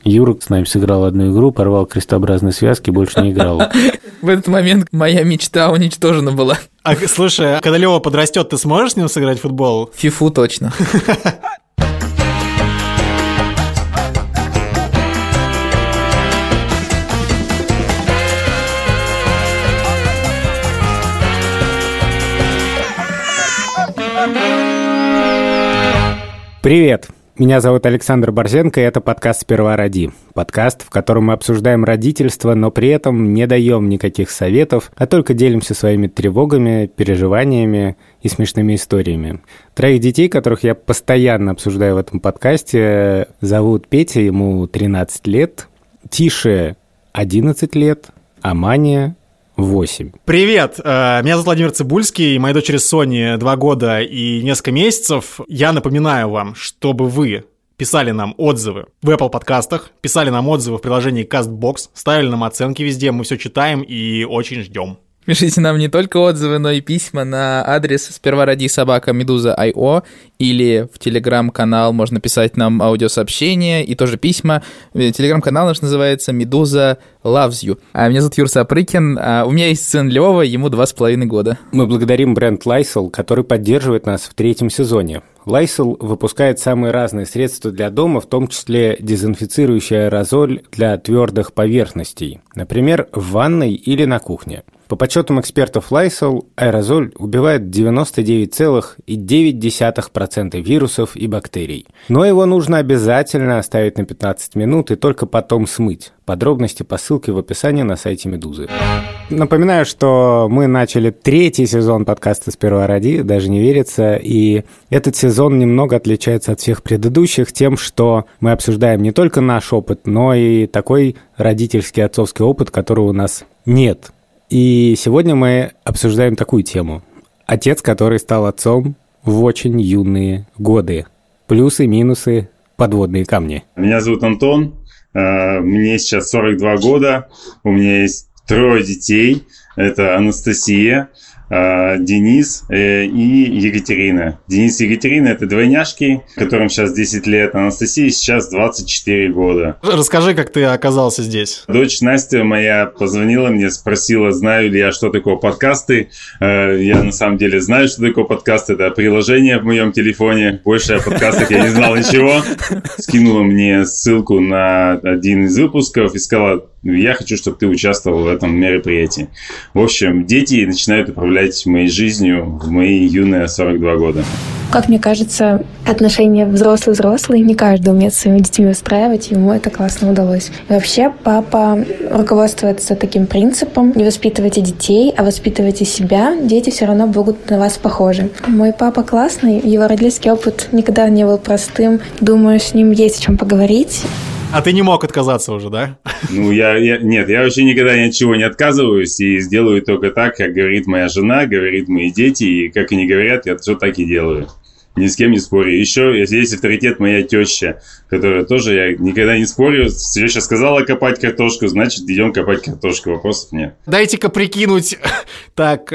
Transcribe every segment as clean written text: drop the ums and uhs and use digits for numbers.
Юра с нами сыграл одну игру, порвал крестообразные связки, больше не играл. В этот момент моя мечта уничтожена была. Слушай, когда Лёва подрастет, ты сможешь с ним сыграть в футбол? Фифу точно. Привет! Меня зовут Александр Борзенко, и это подкаст «Сперва роди». Подкаст, в котором мы обсуждаем родительство, но при этом не даем никаких советов, а только делимся своими тревогами, переживаниями и смешными историями. Троих детей, которых я постоянно обсуждаю в этом подкасте, зовут Петя, ему 13 лет, Тише 11 лет, а Маня 8. Привет, меня зовут Владимир Цибульский, моей дочери Соне 2 года и несколько месяцев. Я напоминаю вам, чтобы вы писали нам отзывы в Apple подкастах, писали нам отзывы в приложении CastBox, ставили нам оценки везде, мы все читаем и очень ждем. Пишите нам не только отзывы, но и письма на адрес спервароди@meduza.io или в телеграм-канал можно писать нам аудиосообщения и тоже письма. Телеграм-канал наш называется Meduza Loves You. Меня зовут Юр Сапрыкин, у меня есть сын Лёва, ему 2,5 года. Мы благодарим бренд Lysol, который поддерживает нас в 3-м сезоне. Lysol выпускает самые разные средства для дома, в том числе дезинфицирующий аэрозоль для твердых поверхностей, например, в ванной или на кухне. По подсчетам экспертов Lysol, аэрозоль убивает 99,9% вирусов и бактерий. Но его нужно обязательно оставить на 15 минут и только потом смыть. Подробности по ссылке в описании на сайте Медузы. Напоминаю, что мы начали 3-й сезон подкаста «Сперва роди», даже не верится, и этот сезон немного отличается от всех предыдущих тем, что мы обсуждаем не только наш опыт, но и такой родительский, отцовский опыт, которого у нас нет. И сегодня мы обсуждаем такую тему. Отец, который стал отцом в очень юные годы. Плюсы, минусы, подводные камни. Меня зовут Антон, мне сейчас 42 года, у меня есть 3 детей. Это Анастасия, Денис и Екатерина. Денис и Екатерина – это двойняшки, которым сейчас 10 лет. Анастасии сейчас 24 года. Расскажи, как ты оказался здесь. Дочь Настя моя позвонила мне, спросила, знаю ли я, что такое подкасты. Я на самом деле знаю, что такое подкасты. Это приложение в моем телефоне. Больше о подкастах я не знал ничего. Скинула мне ссылку на один из выпусков и сказала, я хочу, чтобы ты участвовал в этом мероприятии. В общем, дети начинают управлять моей жизнью в мои юные 42 года. Как мне кажется, отношения взрослый-взрослый не каждый умеет своими детьми устраивать, ему это классно удалось. И вообще, папа руководствуется таким принципом: не воспитывайте детей, а воспитывайте себя, дети все равно будут на вас похожи. Мой папа классный, его родительский опыт никогда не был простым, думаю, с ним есть о чем поговорить. А ты не мог отказаться уже, да? Ну, я вообще никогда ни от чего не отказываюсь и сделаю только так, как говорит моя жена, говорит мои дети, и как они говорят, я все так и делаю. Ни с кем не спорю. Еще есть авторитет моя теща, которая тоже, я никогда не спорю. Теща сказала копать картошку, значит, идем копать картошку. Вопросов нет. Дайте-ка прикинуть. Так,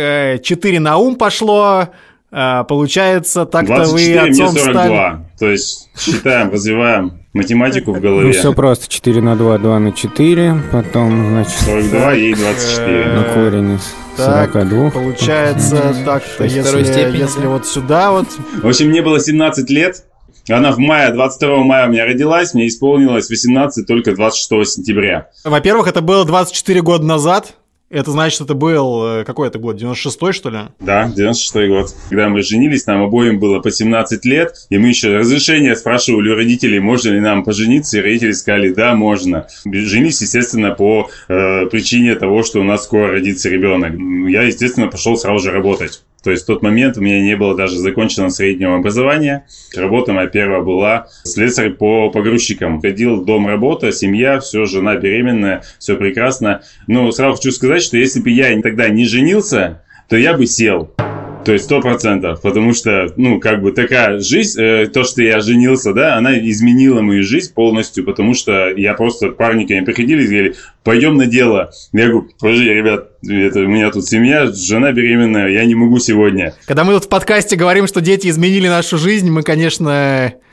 4 на ум пошло. Получается, так-то вы отцом 42, стали. То есть считаем, развиваем математику в голове. Ну, все просто. 4 на 2, 2 на 4, потом, значит... 42, ей 24. На корень из 42. Получается, так-то, если вот сюда вот... В общем, мне было 17 лет. Она 22 мая у меня родилась, мне исполнилось 18 только 26 сентября. Во-первых, это было 24 года назад. Это значит, это был, какой это год, 96-й, что ли? Да, 96-й год. Когда мы женились, нам обоим было по 17 лет, и мы еще разрешение спрашивали у родителей, можно ли нам пожениться, и родители сказали, да, можно. Женились, естественно, по причине того, что у нас скоро родится ребенок. Я, естественно, пошел сразу же работать. То есть в тот момент у меня не было даже законченного среднего образования. Работа моя первая была слесарь по погрузчикам. Ходил в дом, работа, семья, все, жена беременная, все прекрасно. Но сразу хочу сказать, что если бы я тогда не женился, то я бы сел. То есть 100%, потому что, такая жизнь, то, что я женился, да, она изменила мою жизнь полностью, потому что я просто парни ко мне приходили и говорили, пойдем на дело. Я говорю, подожди, ребят, у меня тут семья, жена беременная, я не могу сегодня. Когда мы тут в подкасте говорим, что дети изменили нашу жизнь, мы, конечно,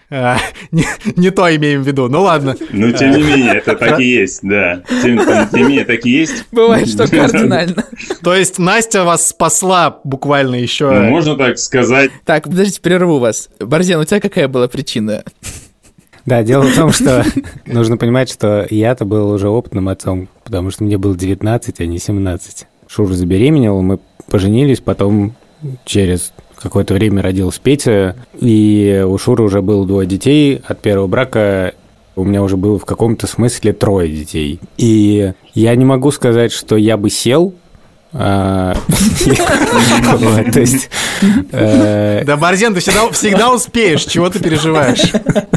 Не то имеем в виду, ну ладно. Ну, тем не менее, это так и есть, да. Тем не менее, так и есть. Бывает, что кардинально. То есть Настя вас спасла буквально еще. Ну, можно так сказать. Так, подождите, прерву вас. Борзен, у тебя какая была причина? Да, дело в том, что нужно понимать, что я-то был уже опытным отцом, потому что мне было 19, а не 17. Шура забеременела, мы поженились, потом через какое-то время родился Петя, и у Шуры уже было 2 детей. От первого брака у меня уже было в каком-то смысле 3 детей. И я не могу сказать, что я бы сел. То есть... Да, Борзен, ты всегда успеешь, чего ты переживаешь?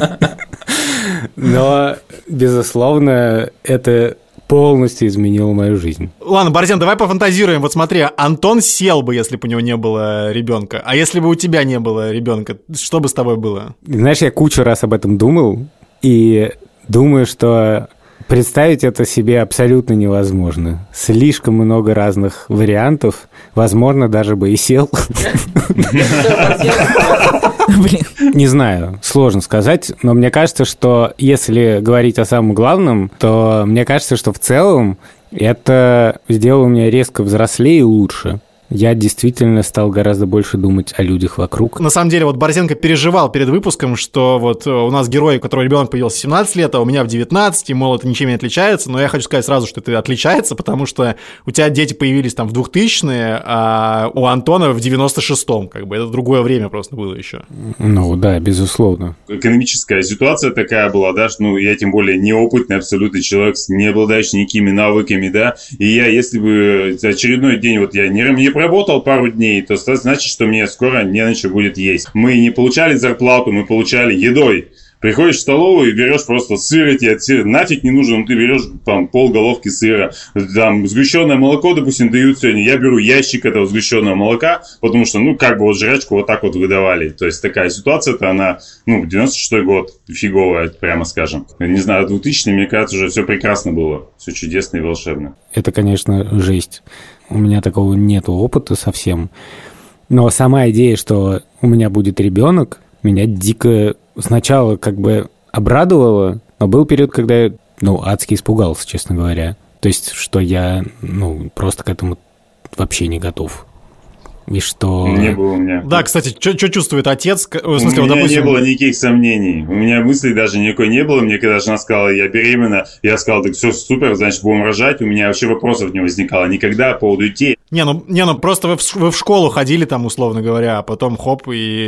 Но, безусловно, это полностью изменило мою жизнь. Ладно, Борзен, давай пофантазируем. Вот смотри, Антон сел бы, если бы у него не было ребенка. А если бы у тебя не было ребенка, что бы с тобой было? Знаешь, я кучу раз об этом думал, и думаю, что представить это себе абсолютно невозможно. Слишком много разных вариантов. Возможно, даже бы и сел. Блин. Не знаю, сложно сказать, но мне кажется, что если говорить о самом главном, то мне кажется, что в целом это сделало меня резко взрослее и лучше. Я действительно стал гораздо больше думать о людях вокруг. На самом деле, вот Борзенко переживал перед выпуском, что вот у нас герой, у которого ребенок появился в 17 лет, а у меня в 19, и, мол, это ничем не отличается. Но я хочу сказать сразу, что это отличается, потому что у тебя дети появились там в 2000-е, а у Антона в 96-м. Как бы это другое время просто было еще. Ну да, безусловно. Экономическая ситуация такая была, да, что, ну, я тем более неопытный абсолютный человек, не обладающий никакими навыками, да, и я, если бы очередной день, вот я не работал пару дней, то значит, что мне скоро не на что будет есть. Мы не получали зарплату, мы получали едой. Приходишь в столовую и берешь просто сыр, тебе от сыра нафиг не нужен, ты берешь там полголовки сыра, там сгущенное молоко, допустим, дают сегодня, я беру ящик этого сгущенного молока, потому что, ну, как бы вот жрачку вот так вот выдавали. То есть такая ситуация-то она, ну, 96-й год, фиговая, прямо скажем. Не знаю, 2000-й, мне кажется, уже все прекрасно было, все чудесно и волшебно. Это, конечно, жесть. У меня такого нету опыта совсем. Но сама идея, что у меня будет ребенок, меня дико сначала как бы обрадовало, но был период, когда я, адски испугался, честно говоря. То есть, что я, просто к этому вообще не готов. И что... Не было у меня. Да, кстати, что чувствует отец? У меня не было никаких сомнений. У меня мыслей даже никакой не было. Мне когда жена сказала, я беременна, я сказал, так все супер, значит, будем рожать. У меня вообще вопросов не возникало никогда по поводу детей. Просто вы в школу ходили там, условно говоря, а потом хоп,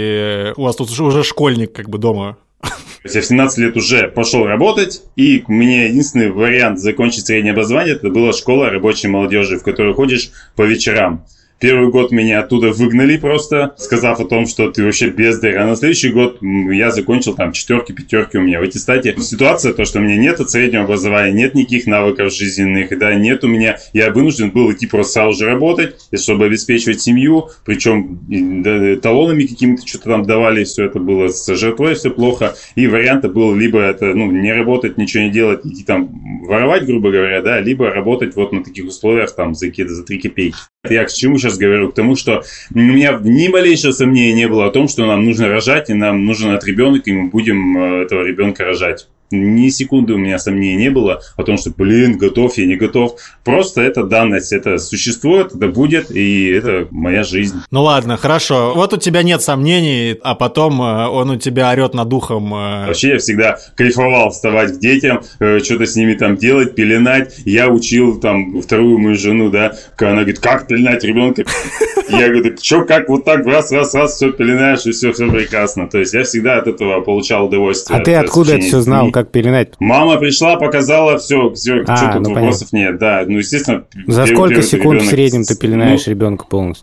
и у вас тут уже школьник как бы дома. Я в 17 лет уже пошел работать, и у меня единственный вариант закончить среднее образование, это была школа рабочей молодежи, в которую ходишь по вечерам. Первый год меня оттуда выгнали просто, сказав о том, что ты вообще бездарь. А на следующий год я закончил там 4-5 у меня в аттестате. Ситуация, то, что у меня нет среднего образования, нет никаких навыков жизненных, да, нет у меня. Я вынужден был идти просто сразу же работать, чтобы обеспечивать семью, причем талонами какими-то что-то там давали, все это было с жертвой, все плохо. И варианты был либо это, не работать, ничего не делать, идти там воровать, грубо говоря, да, либо работать вот на таких условиях там за 3 копейки. Я к чему сейчас говорю? К тому, что у меня ни малейшего сомнения не было о том, что нам нужно рожать, и нам нужен от ребенка, и мы будем этого ребенка рожать. Ни секунды у меня сомнений не было о том, что, готов я, не готов. Просто это данность, это существует, это будет, и это моя жизнь. Ну ладно, хорошо. Вот у тебя нет сомнений, а потом он у тебя орет над ухом. Вообще я всегда кайфовал вставать к детям, что-то с ними там делать, пеленать. Я учил там вторую мою жену, да, она говорит, как пеленать ребенка? Я говорю, что, как вот так, раз, все пеленаешь, и все прекрасно. То есть я всегда от этого получал удовольствие. А ты откуда это все знал? Как пеленать? Мама пришла, показала, все, что тут вопросов нет. Да, естественно. За сколько секунд в среднем ты пеленаешь ребенка полностью?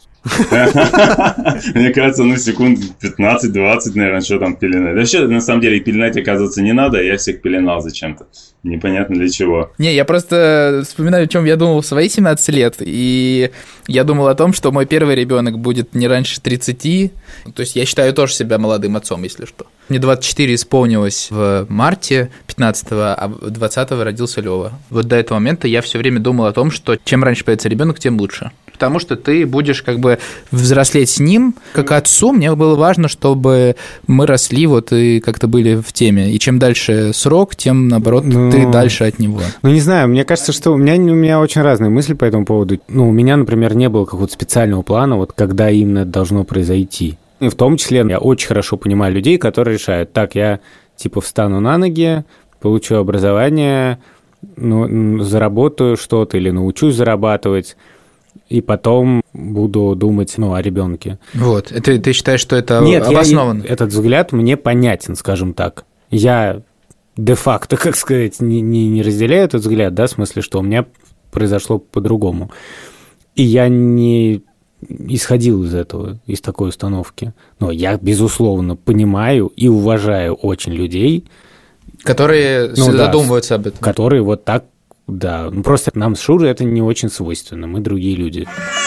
Мне кажется, секунд 15-20, наверное, что там пеленать. Вообще, на самом деле, пеленать, оказывается, не надо, я всех пеленал зачем-то. Непонятно для чего. Не, я просто вспоминаю, о чем я думал в свои 17 лет, и я думал о том, что мой первый ребенок будет не раньше 30, то есть я считаю тоже себя молодым отцом, если что. Мне 24 исполнилось в марте 15-го, а 20-го родился Лёва. Вот до этого момента я все время думал о том, что чем раньше появится ребенок, тем лучше. Потому что ты будешь как бы взрослеть с ним. Как отцу мне было важно, чтобы мы росли вот и как-то были в теме. И чем дальше срок, тем, наоборот, ты дальше от него. Ну, не знаю, мне кажется, что у меня очень разные мысли по этому поводу. Ну, у меня, например, не было какого-то специального плана, вот когда именно это должно произойти. И в том числе я очень хорошо понимаю людей, которые решают, так, я типа встану на ноги, получу образование, ну, заработаю что-то или научусь зарабатывать, и потом буду думать, ну, о ребенке. Вот, ты считаешь, что это Нет, обоснованно? Этот взгляд мне понятен, скажем так. Я де-факто, как сказать, не разделяю этот взгляд, да, в смысле, что у меня произошло по-другому. И я не исходил из этого, из такой установки. Но я, безусловно, понимаю и уважаю очень людей, которые задумываются об этом. Которые вот так, да. Ну, просто нам с Шурой это не очень свойственно, мы другие люди.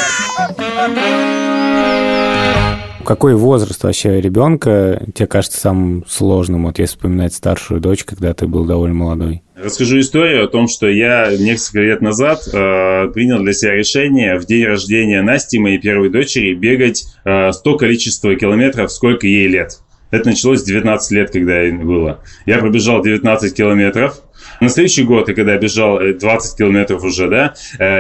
Какой возраст вообще ребенка тебе кажется самым сложным, вот если вспоминать старшую дочь, когда ты был довольно молодой? Расскажу историю о том, что я несколько лет назад принял для себя решение в день рождения Насти, моей первой дочери, бегать 100 количество километров, сколько ей лет. Это началось в 19 лет, когда ей было. Я пробежал 19 километров. На следующий год, и когда я бежал 20 километров уже, да,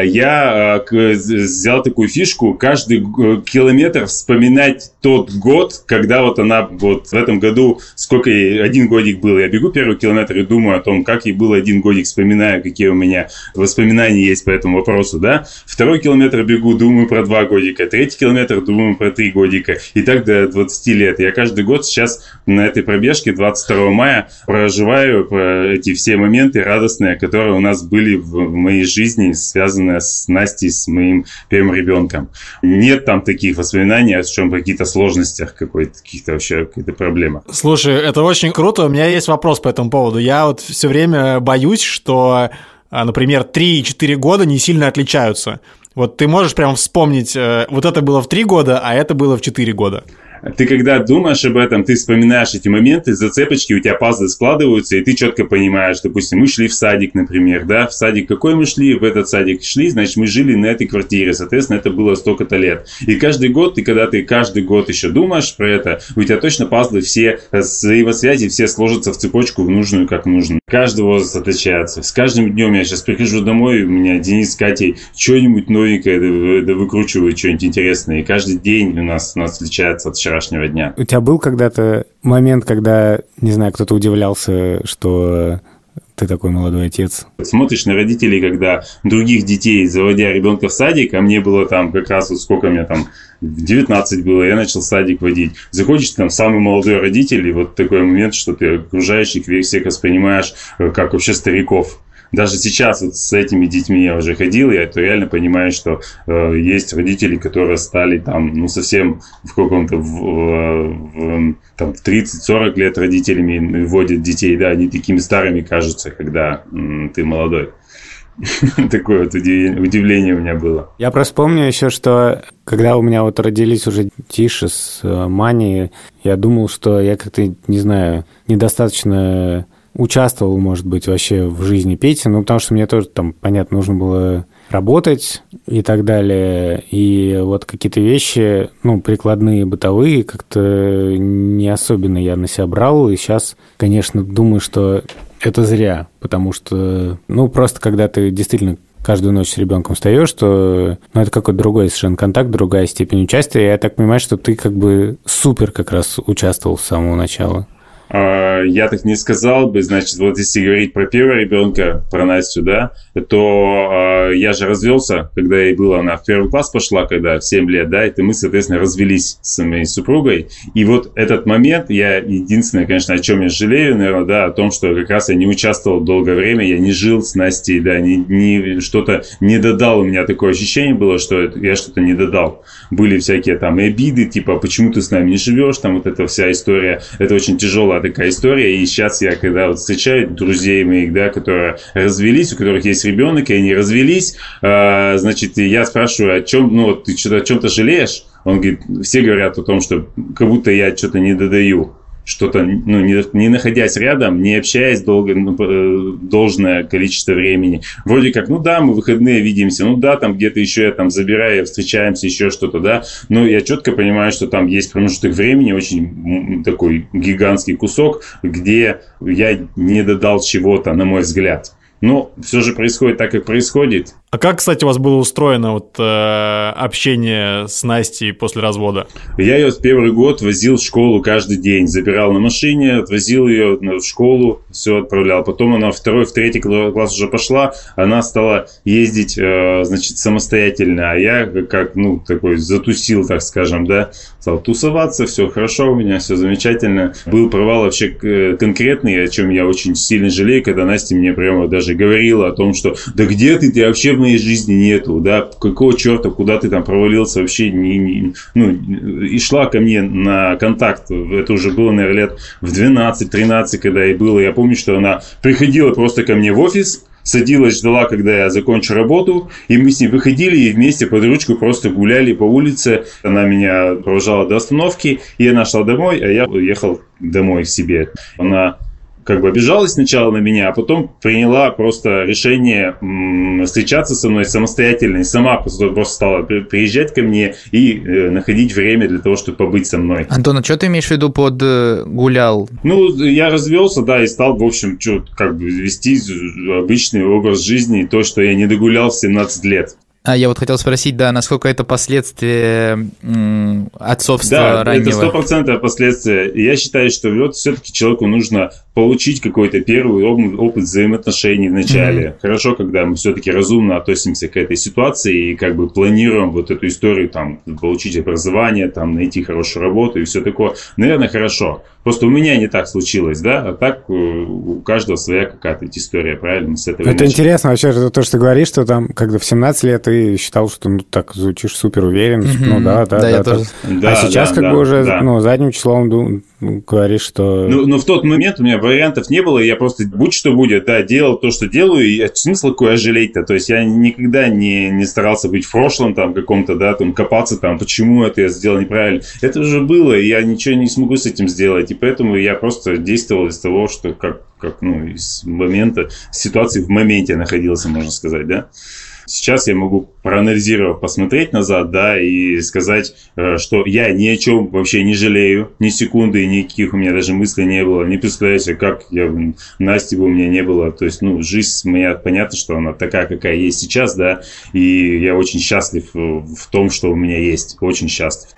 я взял такую фишку, каждый километр вспоминать тот год, когда вот она вот в этом году, сколько ей, 1 годик был, я бегу первый километр и думаю о том, как ей было 1 годик, вспоминаю, какие у меня воспоминания есть по этому вопросу, да. 2 километр бегу, думаю про 2 годика, 3 километр думаю про 3 годика, и так до 20 лет. Я каждый год сейчас на этой пробежке 22 мая проживаю эти все моменты радостные, которые у нас были в моей жизни, связанные с Настей, с моим первым ребенком. Нет там таких воспоминаний, о чем каких-то сложностях, каких-то вообще какие-то проблемы. Слушай, это очень круто. У меня есть вопрос по этому поводу. Я вот все время боюсь, что, например, 3 и 4 года не сильно отличаются. Вот ты можешь прям вспомнить, вот это было в 3 года, а это было в 4 года. Ты когда думаешь об этом, ты вспоминаешь эти моменты, зацепочки, у тебя пазлы складываются, и ты четко понимаешь, допустим, мы шли в садик, например, да, в садик какой мы шли, в этот садик шли, значит, мы жили на этой квартире, соответственно, это было столько-то лет. И каждый год, когда ты каждый год еще думаешь про это, у тебя точно пазлы все, взаимосвязи все сложатся в цепочку в нужную, как нужно. Каждый возраст отличается. С каждым днем я сейчас прихожу домой, у меня Денис с Катей что-нибудь новенькое выкручивают, что-нибудь интересное, и каждый день у нас отличается от вчерашнего дня. У тебя был когда-то момент, когда, не знаю, кто-то удивлялся, что ты такой молодой отец? Смотришь на родителей, когда других детей, заводя ребенка в садик, а мне было там как раз вот сколько мне там, 19 было, я начал садик водить. Заходишь, там самый молодой родитель, и вот такой момент, что ты окружающих всех воспринимаешь как вообще стариков. Даже сейчас вот с этими детьми я уже ходил, я это реально понимаю, что есть родители, которые стали там, ну, совсем в каком-то там 30-40 лет родителями водят детей, да, они такими старыми кажутся, когда ты молодой. Такое вот удивление у меня было. Я просто помню еще, что когда у меня вот родились уже Тиша с Маней, я думал, что я как-то, не знаю, недостаточно участвовал, может быть, вообще в жизни Пети, ну, потому что мне тоже там, понятно, нужно было работать и так далее, и вот какие-то вещи, ну, прикладные, бытовые, как-то не особенно я на себя брал, и сейчас, конечно, думаю, что это зря, потому что, ну, просто когда ты действительно каждую ночь с ребенком встаешь, то, ну, это какой-то другой совершенно контакт, другая степень участия, я так понимаю, что ты как бы супер как раз участвовал с самого начала. Я так не сказал бы, значит, вот если говорить про первого ребенка, про Настю, да, то я же развелся, когда ей было, она в 1 класс пошла, когда в 7 лет, да, и мы, соответственно, развелись с моей супругой, и вот этот момент, я единственное, конечно, о чем я жалею, наверное, да, о том, что как раз я не участвовал долгое время, я не жил с Настей, да, что-то не додал, у меня такое ощущение было, что я что-то не додал. Были всякие там обиды, типа, почему ты с нами не живешь, там вот эта вся история, это очень тяжелая такая история, и сейчас я, когда вот встречаю друзей моих, да, которые развелись, у которых есть ребенок, и они развелись, значит, я спрашиваю, о чем, ну, вот ты что-то о чем-то жалеешь? Он говорит, все говорят о том, что как будто я что-то не додаю, что-то, ну, не находясь рядом, не общаясь долго, должное количество времени. Вроде как, ну да, мы в выходные видимся, ну да, там где-то еще я там забираю, встречаемся, еще что-то, да, но я четко понимаю, что там есть промежуток времени, очень такой гигантский кусок, где я не додал чего-то, на мой взгляд. Но все же происходит так, как происходит. А как, кстати, у вас было устроено вот, общение с Настей после развода? Я ее в первый год возил в школу каждый день. Забирал на машине, отвозил ее в школу, все отправлял. Потом она в третий класс уже пошла. Она стала ездить, значит, самостоятельно. А я как, ну, такой затусил, так скажем, да. Стал тусоваться, все хорошо у меня, все замечательно. Был провал вообще конкретный, о чем я очень сильно жалею, когда Настя мне прямо даже говорила о том, что да где ты вообще в моей жизни нету, да, какого черта, куда ты там провалился, вообще и шла ко мне на контакт. Это уже было, наверное, лет в 12-13, когда и было. Я помню, что она приходила просто ко мне в офис, садилась, ждала, когда я закончу работу, и мы с ней выходили и вместе под ручку просто гуляли по улице. Она меня провожала до остановки, и она шла домой, а я ехал домой к себе. Она как бы обижалась сначала на меня, а потом приняла просто решение встречаться со мной самостоятельно. И сама просто стала приезжать ко мне и находить время для того, чтобы побыть со мной. Антон, а что ты имеешь в виду под гулял? Ну, я развелся, да, и стал, в общем, как бы вести обычный образ жизни, то, что я не догулял в 17 лет. А я вот хотел спросить, да, насколько это последствия отцовства раннего? Да, это 100% последствия. Я считаю, что вот все-таки человеку нужно получить какой-то первый опыт взаимоотношений в начале. Mm-hmm. Хорошо, когда мы все-таки разумно относимся к этой ситуации и как бы планируем вот эту историю, там, получить образование, там, найти хорошую работу и все такое. Наверное, хорошо. Просто у меня не так случилось, да, а так у каждого своя какая-то история, правильно? С этого это интересно вообще, то, что ты говоришь, что там, когда в 17 лет ты считал, что ну так звучишь супер уверенно, mm-hmm. Ну да, я тоже. Да, а сейчас как бы уже задним числом говоришь, что... Ну, в тот момент у меня вариантов не было, я просто, будь что будет, да, делал то, что делаю, и смысл какой жалеть-то, то есть я никогда не старался быть в прошлом там каком-то, да, там копаться там, почему это я сделал неправильно. Это уже было, и я ничего не смогу с этим сделать, и поэтому я просто действовал из того, что из момента, ситуации в моменте находился, можно сказать, да. Сейчас я могу проанализировать, посмотреть назад, да, и сказать, что я ни о чем вообще не жалею, ни секунды, никаких у меня даже мыслей не было. Не представляете, как Насти бы у меня не было. То есть, жизнь моя, понятно, что она такая, какая есть сейчас, да, и я очень счастлив в том, что у меня есть. Очень счастлив.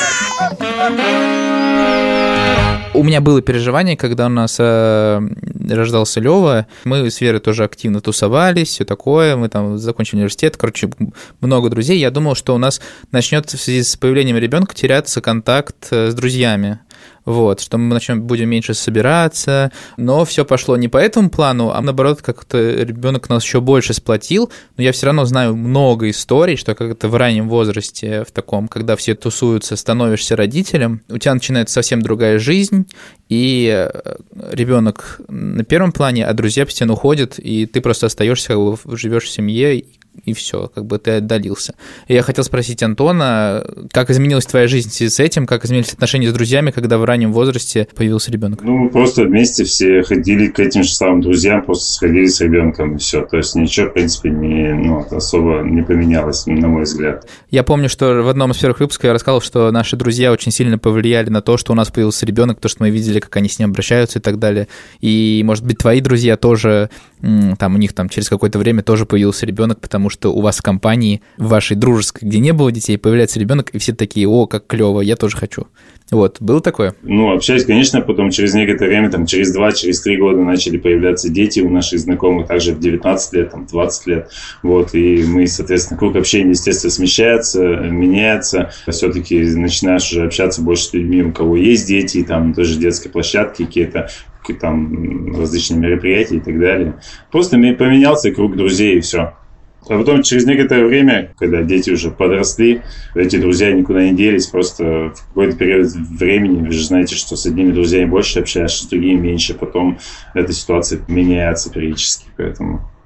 У меня было переживание, когда у нас рождался Лёва. Мы с Верой тоже активно тусовались, все такое. Мы там закончили университет. Короче, много друзей. Я думал, что у нас начнет в связи с появлением ребенка теряться контакт с друзьями. Вот, что мы будем меньше собираться, но все пошло не по этому плану, а наоборот, как-то ребенок нас еще больше сплотил, но я все равно знаю много историй, что как-то в раннем возрасте, в таком, когда все тусуются, становишься родителем, у тебя начинается совсем другая жизнь, и ребенок на первом плане, а друзья постепенно уходят, и ты просто остаешься, как бы живешь в семье, и все, как бы ты отдалился. И я хотел спросить Антона, как изменилась твоя жизнь в связи с этим, как изменились отношения с друзьями, когда в раннем возрасте появился ребенок? Мы просто вместе все ходили к этим же самым друзьям, просто сходили с ребенком, и все. То есть ничего, в принципе, особо не поменялось, на мой взгляд. Я помню, что в одном из первых выпусков я рассказывал, что наши друзья очень сильно повлияли на то, что у нас появился ребенок, то, что мы видели, как они с ним обращаются и так далее. И, может быть, твои друзья тоже, там у них там через какое-то время тоже появился ребенок, потому что у вас в компании, в вашей дружеской, где не было детей, появляется ребенок, и все такие: о, как клево, я тоже хочу. Вот, было такое? Общаясь, конечно, потом через некоторое время, там, через 2, через 3 года начали появляться дети у наших знакомых, также в 19 лет, там, 20 лет, вот, и мы, соответственно, круг общения, естественно, смещается, меняется, все-таки начинаешь уже общаться больше с людьми, у кого есть дети, там, тоже детской площадки, какие-то там различные мероприятия и так далее. Просто поменялся круг друзей, и все. А потом через некоторое время, когда дети уже подросли, эти друзья никуда не делись, просто в какой-то период времени, вы же знаете, что с одними друзьями больше общаешься, с другими меньше, потом эта ситуация меняется периодически, поэтому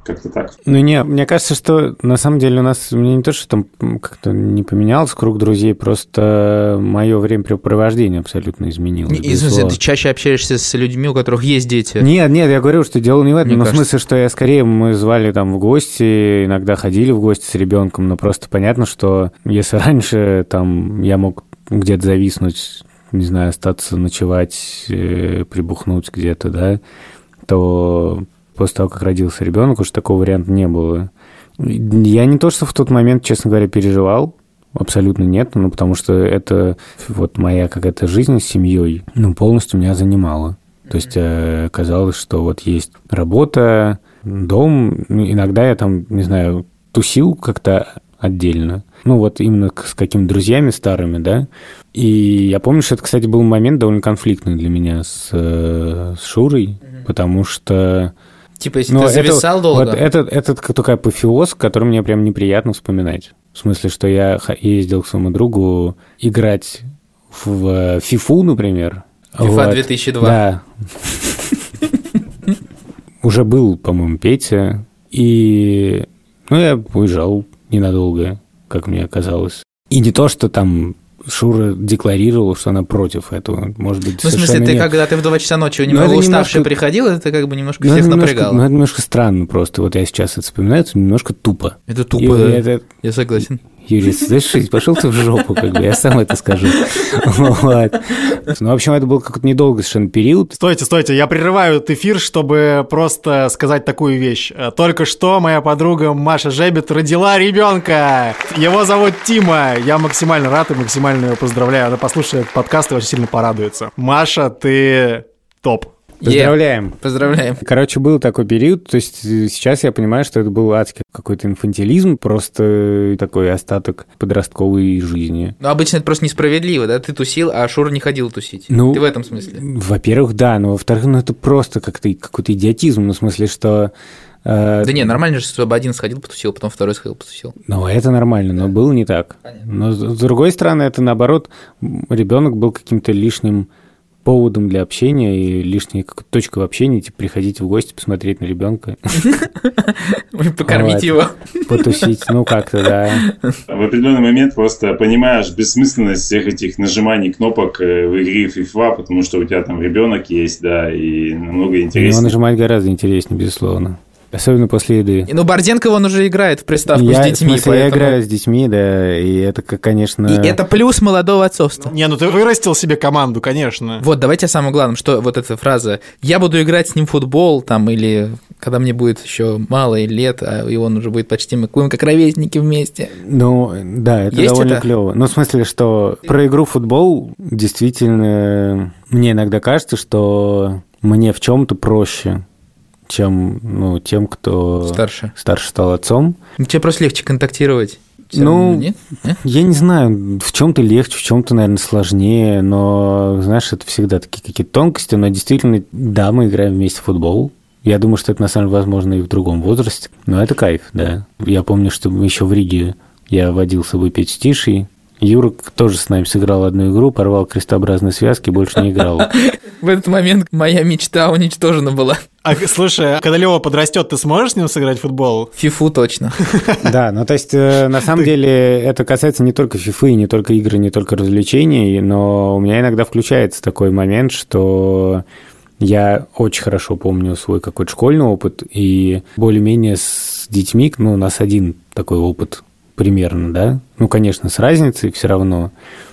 Как-то так. Ну, не, мне кажется, что на самом деле у меня не то, что там как-то не поменялся круг друзей, просто мое времяпрепровождение абсолютно изменилось. И, в смысле, ты чаще общаешься с людьми, у которых есть дети? Нет, я говорю, что дело не в этом, но в смысле, что мы звали там в гости, иногда ходили в гости с ребенком, но просто понятно, что если раньше там я мог где-то зависнуть, не знаю, остаться ночевать, прибухнуть где-то, да, то после того, как родился ребенок, уж такого варианта не было. Я не то, что в тот момент, честно говоря, переживал, абсолютно нет, потому что это вот моя какая-то жизнь с семьей, полностью меня занимала. То есть казалось, что вот есть работа, дом, иногда я там, не знаю, тусил как-то отдельно. Вот именно с какими-то друзьями старыми, да. И я помню, что это, кстати, был момент довольно конфликтный для меня с Шурой, потому что... Типа, если ты зависал долго? Вот это такой апофеоз, который мне прям неприятно вспоминать. В смысле, что я ездил к своему другу играть в FIFA, например. FIFA 2002. Да. Уже был, по-моему, Петя. И я уезжал ненадолго, как мне казалось. И не то, что там Шура декларировала, что она против этого. Может быть, в смысле, ты когда ты в 2 часа ночи немного уставший приходил, это как бы немножко всех напрягало. Это немножко странно просто. Вот я сейчас это вспоминаю, это немножко тупо. Это тупо, да? Я согласен. Юрий, слышишь, пошел ты в жопу, я сам это скажу. Вот. В общем, это был какой-то недолгий совершенно период. Стойте, я прерываю этот эфир, чтобы просто сказать такую вещь. Только что моя подруга Маша Жебет родила ребенка. Его зовут Тима. Я максимально рад и максимально ее поздравляю. Она послушает подкаст и очень сильно порадуется. Маша, ты топ. Поздравляем. Поздравляем. Короче, был такой период, то есть сейчас я понимаю, что это был адский какой-то инфантилизм, просто такой остаток подростковой жизни. Обычно это просто несправедливо, да? Ты тусил, а Шура не ходил тусить. Ты в этом смысле? Во-первых, да, но во-вторых, это просто как-то какой-то идиотизм, в смысле, что... Да не, нормально же, чтобы один сходил, потусил, потом второй сходил, потусил. Это нормально, но было не так. Понятно. Но с другой стороны, это наоборот, ребенок был каким-то лишним поводом для общения и лишней точкой в общении, типа приходить в гости, посмотреть на ребенка. Покормить его. Потусить, как-то, да. В определенный момент просто понимаешь бессмысленность всех этих нажиманий кнопок в игре FIFA, потому что у тебя там ребенок есть, да, и намного интереснее. Его нажимать гораздо интереснее, безусловно. Особенно после еды. Борзенко, он уже играет в приставку с детьми. В смысле, я играю с детьми, да, и это, конечно... И это плюс молодого отцовства. Ты вырастил себе команду, конечно. Вот, давайте о самом главном, что вот эта фраза «я буду играть с ним в футбол», там, или когда мне будет еще мало лет, и он уже будет почти, мы будем как ровесники вместе. Да, это есть довольно клево. В смысле, что про игру в футбол действительно мне иногда кажется, что мне в чем-то проще, чем тем, кто старше стал отцом. Тебе просто легче контактировать. Нет? Я не знаю, в чем-то легче, в чем-то, наверное, сложнее, но, знаешь, это всегда такие какие-то тонкости, но действительно, да, мы играем вместе в футбол. Я думаю, что это, на самом деле, возможно и в другом возрасте, но это кайф, да. Я помню, что еще в Риге я водил с собой Петю Тиши. Юра тоже с нами сыграл одну игру, порвал крестообразные связки, больше не играл. В этот момент моя мечта уничтожена была. Слушай, когда Лёва подрастет, ты сможешь с ним сыграть в футбол? Фифу точно. Да, то есть, на самом деле, это касается не только фифы, не только игры, не только развлечений, но у меня иногда включается такой момент, что я очень хорошо помню свой какой-то школьный опыт, и более-менее с детьми, у нас один такой опыт примерно, да? Конечно, с разницей все равно,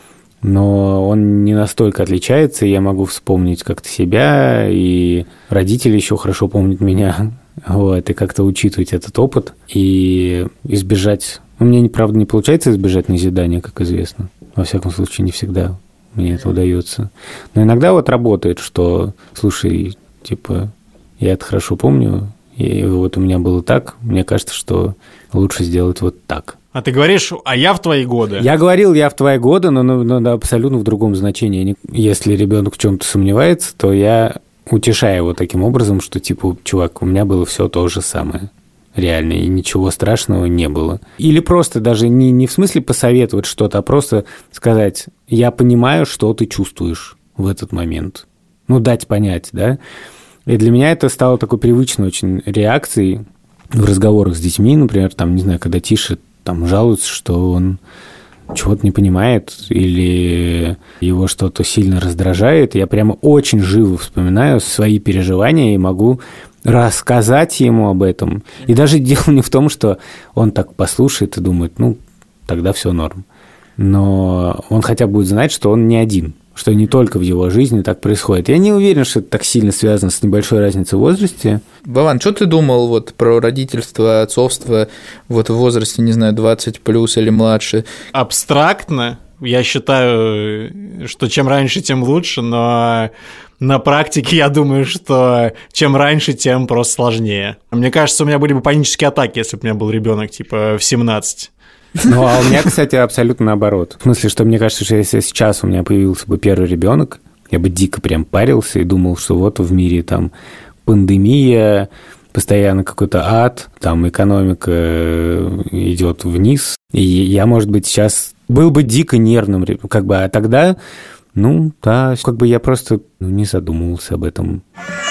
но он не настолько отличается, и я могу вспомнить как-то себя, и родители еще хорошо помнят меня, и как-то учитывать этот опыт, и избежать... У меня, правда, не получается избежать назидания, как известно. Во всяком случае, не всегда мне это удается. Но иногда работает, что, слушай, я это хорошо помню, и у меня было так, мне кажется, что лучше сделать вот так. А ты говоришь, я в твои годы? Я говорил, я в твои годы, но абсолютно в другом значении. Если ребенок в чем-то сомневается, то я утешаю его таким образом, что чувак, у меня было все то же самое. Реально, и ничего страшного не было. Или просто даже не в смысле посоветовать что-то, а просто сказать, я понимаю, что ты чувствуешь в этот момент. Дать понять, да? И для меня это стало такой привычной очень реакцией. в разговорах с детьми, например, там, не знаю, когда Тиша там жалуется, что он чего-то не понимает или его что-то сильно раздражает, я прямо очень живо вспоминаю свои переживания и могу рассказать ему об этом. И даже дело не в том, что он так послушает и думает, ну, тогда все норм. Но он хотя бы будет знать, что он не один, что не только в его жизни так происходит. Я не уверен, что это так сильно связано с небольшой разницей в возрасте. Вован, что ты думал вот про родительство, отцовство вот в возрасте, не знаю, 20 плюс или младше? Абстрактно я считаю, что чем раньше, тем лучше, но на практике я думаю, что чем раньше, тем просто сложнее. Мне кажется, у меня были бы панические атаки, если бы у меня был ребенок типа в 17. Ну, а у меня, кстати, абсолютно наоборот. В смысле, что мне кажется, что если сейчас у меня появился бы первый ребенок, я бы дико прям парился и думал, что вот в мире там пандемия, постоянно какой-то ад, там экономика идет вниз. И я, может быть, сейчас был бы дико нервным, как бы, а тогда, ну, да, как бы я просто не задумывался об этом.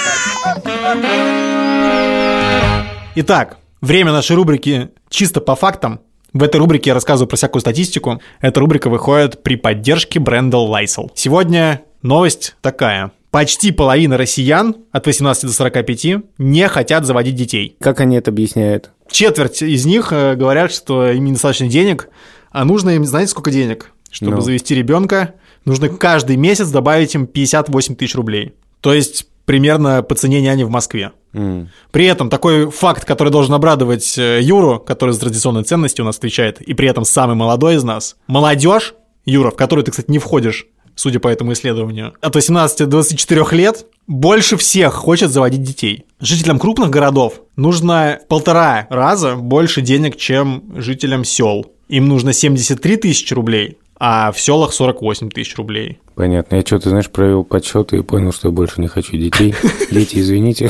Итак, время нашей рубрики «Чисто по фактам». В этой рубрике я рассказываю про всякую статистику. Эта рубрика выходит при поддержке бренда Lysol. Сегодня новость такая. Почти половина россиян от 18 до 45 не хотят заводить детей. Как они это объясняют? Четверть из них говорят, что им недостаточно денег, а нужно им, знаете, сколько денег? Чтобы завести ребенка, нужно каждый месяц добавить им 58 тысяч рублей. То есть примерно по цене няни в Москве. При этом такой факт, который должен обрадовать Юру, который за традиционные ценности у нас отвечает, и при этом самый молодой из нас. Молодежь, Юра, в которую ты, кстати, не входишь, судя по этому исследованию, от 18 до 24 лет больше всех хочет заводить детей. Жителям крупных городов нужно в 1,5 раза больше денег, чем жителям сел. Им нужно 73 тысячи рублей, а в селах 48 тысяч рублей. Понятно. Я что-то, знаешь, провел подсчеты и понял, что я больше не хочу детей. Дети, извините.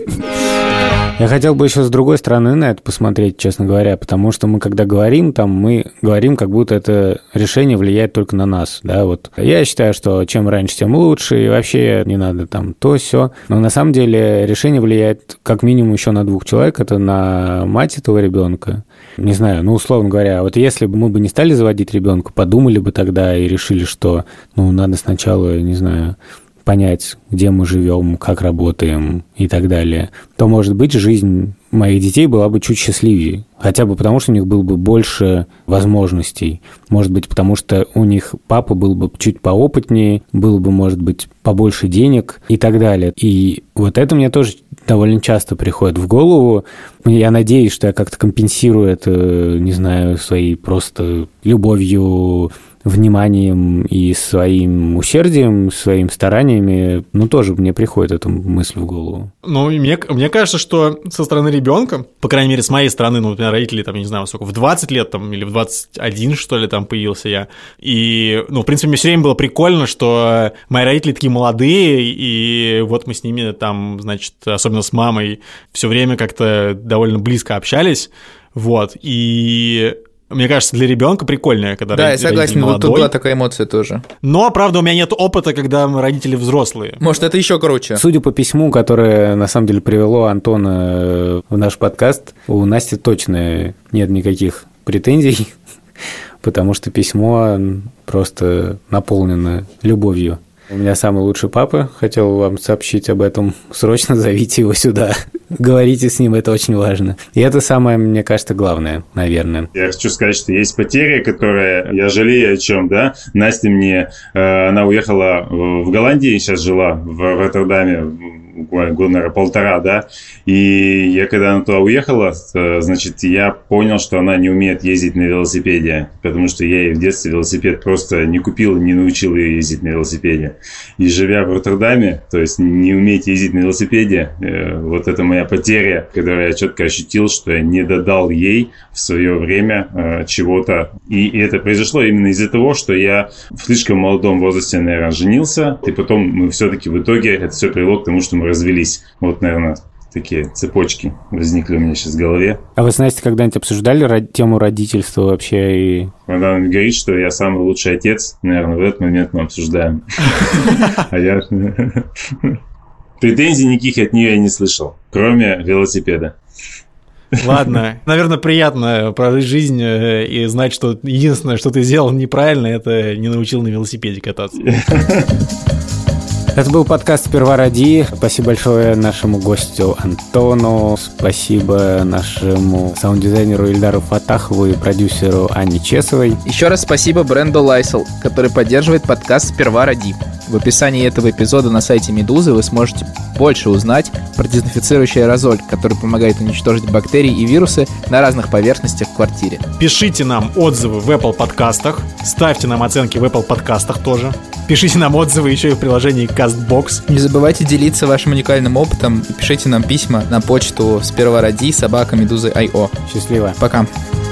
Я хотел бы еще с другой стороны на это посмотреть, честно говоря, потому что мы, когда говорим, там, мы говорим, как будто это решение влияет только на нас, да, вот. Я считаю, что чем раньше, тем лучше, и вообще не надо там то, сё. Но на самом деле решение влияет как минимум еще на 2 человек, это на мать этого ребенка. Не знаю, ну, условно говоря, вот если бы мы бы не стали заводить ребенка, подумали бы тогда и решили, что, ну, надо сначала, не знаю, понять, где мы живем, как работаем и так далее, то, может быть, жизнь моих детей была бы чуть счастливее. Хотя бы потому, что у них было бы больше возможностей. Может быть, потому что у них папа был бы чуть поопытнее, было бы, может быть, побольше денег и так далее. И вот это мне тоже довольно часто приходит в голову. Я надеюсь, что я как-то компенсирую это, не знаю, своей просто любовью, вниманием и своим усердием, своими стараниями, ну, тоже мне приходит эта мысль в голову. Ну, мне кажется, что со стороны ребенка, по крайней мере, с моей стороны, ну, например, родители, там, не знаю, сколько, в 20 лет, там, или в 21, что ли, там, появился я, и, ну, в принципе, мне все время было прикольно, что мои родители такие молодые, и вот мы с ними, там, значит, особенно с мамой, все время как-то довольно близко общались, вот, и... Мне кажется, для ребенка прикольнее, когда да, я согласен, вот тут была такая эмоция тоже. Но, правда, у меня нет опыта, когда родители взрослые. Может, это еще круче. Судя по письму, которое, на самом деле, привело Антона в наш подкаст, у Насти точно нет никаких претензий, потому что письмо просто наполнено любовью. У меня самый лучший папа, хотел вам сообщить об этом. Срочно зовите его сюда. Говорите с ним, это очень важно. И это самое, мне кажется, главное, наверное. Я хочу сказать, что есть потеря, которая... Я жалею о чем, да? Настя мне... Она уехала в Голландии, сейчас жила в Роттердаме, года, наверное, 1,5, да, и я, когда она туда уехала, значит, я понял, что она не умеет ездить на велосипеде, потому что я ей в детстве велосипед просто не купил, не научил ее ездить на велосипеде. И живя в Роттердаме, то есть не уметь ездить на велосипеде, вот это моя потеря, когда я четко ощутил, что я не додал ей в свое время чего-то. И это произошло именно из-за того, что я в слишком молодом возрасте, наверное, женился, и потом мы все-таки в итоге это все привело к тому, что мы развелись. Вот, наверное, такие цепочки возникли у меня сейчас в голове. А вы, Настя, когда-нибудь обсуждали тему родительства вообще? И... Она говорит, что я самый лучший отец. Наверное, в этот момент мы обсуждаем. А я... Претензий никаких от нее я не слышал, кроме велосипеда. Ладно, наверное, приятно прожить жизнь и знать, что единственное, что ты сделал неправильно, это не научил на велосипеде кататься. Это был подкаст «Сперва ради». Спасибо большое нашему гостю Антону. Спасибо нашему саунд-дизайнеру Ильдару Фатахову и продюсеру Анне Чесовой. Еще раз спасибо бренду Lysol, который поддерживает подкаст «Сперва ради». В описании этого эпизода на сайте Медузы вы сможете больше узнать про дезинфицирующий аэрозоль, который помогает уничтожить бактерии и вирусы на разных поверхностях в квартире. Пишите нам отзывы в Apple подкастах, ставьте нам оценки в Apple подкастах тоже. Пишите нам отзывы еще и в приложении CastBox. Не забывайте делиться вашим уникальным опытом и пишите нам письма на почту сперваради@meduza.io. Счастливо. Пока.